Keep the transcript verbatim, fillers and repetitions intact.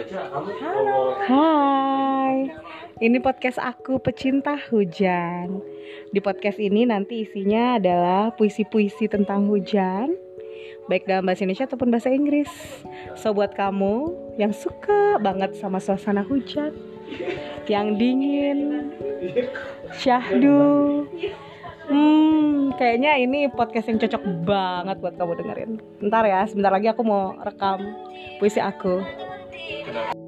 Hai, ini podcast aku pecinta hujan. Di podcast ini nanti isinya adalah puisi-puisi tentang hujan, baik dalam bahasa Indonesia ataupun bahasa Inggris. So buat kamu yang suka banget sama suasana hujan, yang dingin, syahdu, Hmm, kayaknya ini podcast yang cocok banget buat kamu dengerin. Ntar ya, sebentar lagi aku mau rekam puisi aku.